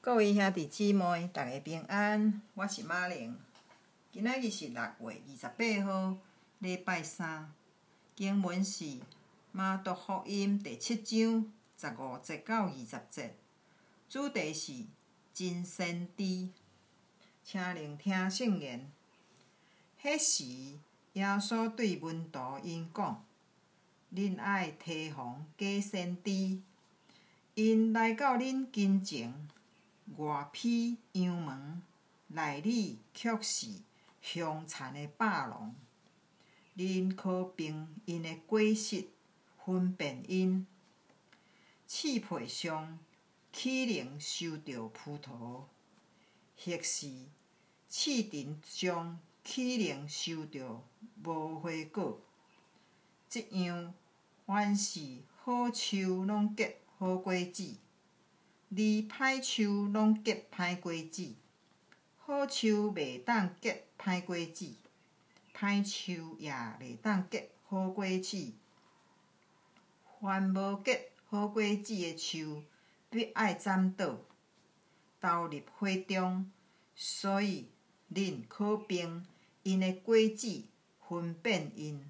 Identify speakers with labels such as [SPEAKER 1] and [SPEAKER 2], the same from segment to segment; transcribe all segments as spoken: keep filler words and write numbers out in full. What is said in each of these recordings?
[SPEAKER 1] 各位兄弟姊妹，大家平安，我是马玲。今仔日是六月二十八号，礼拜三。经文是《马窦福音》第七章十五节到二十节，主题是真先知。请聆听圣言。迄时，耶稣对门徒因讲：“恁爱提防假先知，因来到恁跟前。”外披羊毛，内里却是凶残的霸狼。恁可凭因的果实分辨因。刺皮上岂能收到葡萄？或是刺藤上岂能收到无花果？这样，凡是好树拢结好果子。而歹树拢结歹果子，好树袂当结歹果子，歹树也袂当结好果子。凡无结好果子的树，必爱斩倒，投入火中。所以，恁可凭因的果子分辨因。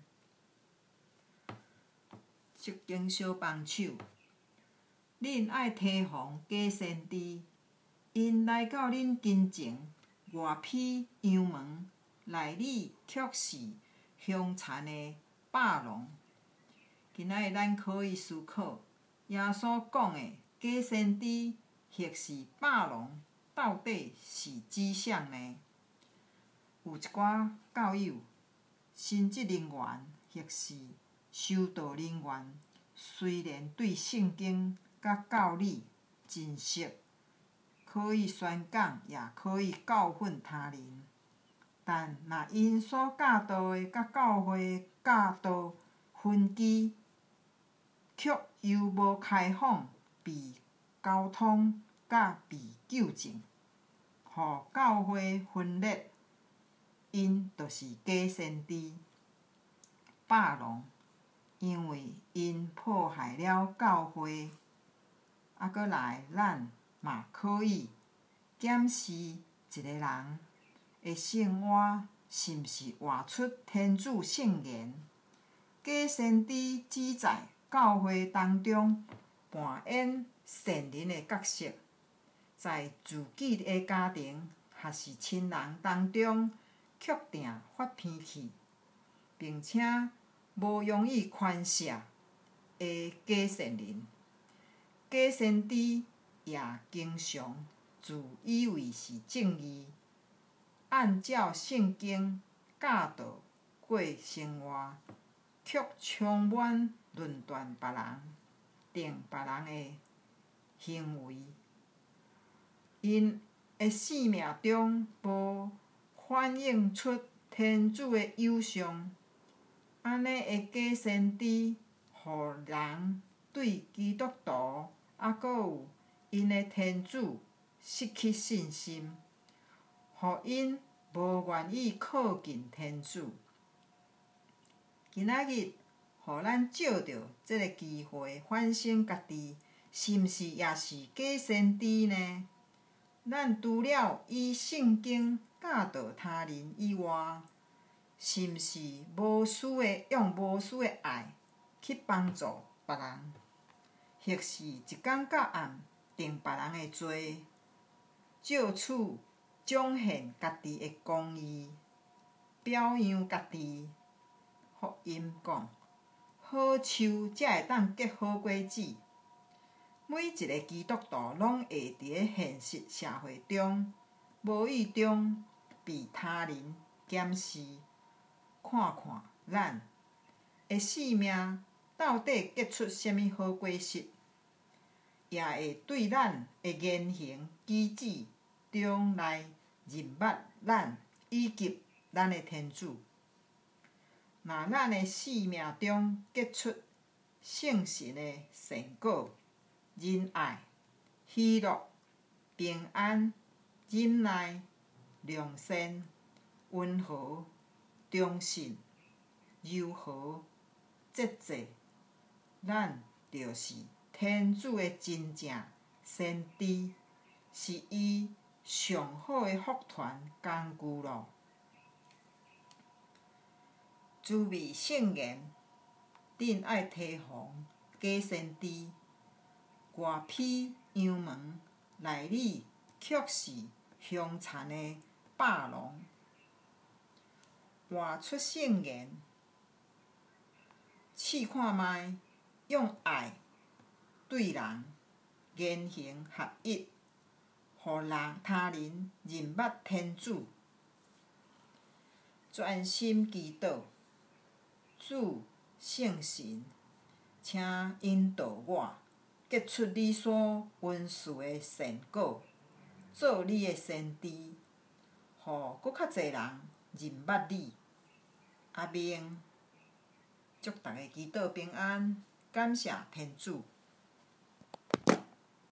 [SPEAKER 1] 圣经小帮手。恁爱提防假先知，因来到恁跟前，外披羊毛，内里却是凶残的霸狼。今仔日咱可以思考，耶稣讲的假先知或是霸狼，到底是指啥呢？有一寡教友、神职人员或是修道人员，虽然对圣经甲教理真熟，可以宣讲，也可以教训他人。但若因所教导的甲教会的教导分歧，却又无开放被沟通甲被纠正，互教会分裂，因就是假先知、霸狼，因为因破坏了教会。啊，搁来，咱嘛可以检视一个人的生活是毋是活出天主圣言。假先知只在教会当中扮演善人的角色，在自己的家庭还是亲人当中，却定发脾气，并且无容易宽赦的假善人。假先知也经常自以为是正义，按照圣经教导过生活，却充满论断别人、定别人的行为。因的生命中无反映出天主的友善，安尼的假先知，互人对基督徒啊，阁有因的天主失去信心，互因无愿意靠近天主。今仔日，互咱借着这个机会反省家己，是毋是也是假先知呢？咱除了以圣经教导他人以外，是毋是无私的用无私的爱去帮助别人？或是一天到暗定别人的罪，借此彰显家己的公义，表扬家己。福音讲，好树才会当结好果子。每一个基督徒拢会伫咧现实社会中，无意中被他人检视，看看咱的生命到底结出啥物好果实，也会对咱的言行举止中来认捌咱以及咱的天主。若咱的生命中结出圣神的善果，仁爱、喜乐、平安、忍耐、良善、温和、忠信、柔和、节制，咱就是天主的真正先知， 是伊上好诶福传工具咯。滋味圣言，恁爱提防假先知，外披羊毛，内里却是凶残诶霸龙。活出圣言，试看觅，用爱对人言行合一，互人他人认捌天主，专心祈祷。主圣神，请引导我，结出你所允许的善果，做你的先知，互搁较侪人认捌你。阿明，祝大家祈祷平安，感谢天主。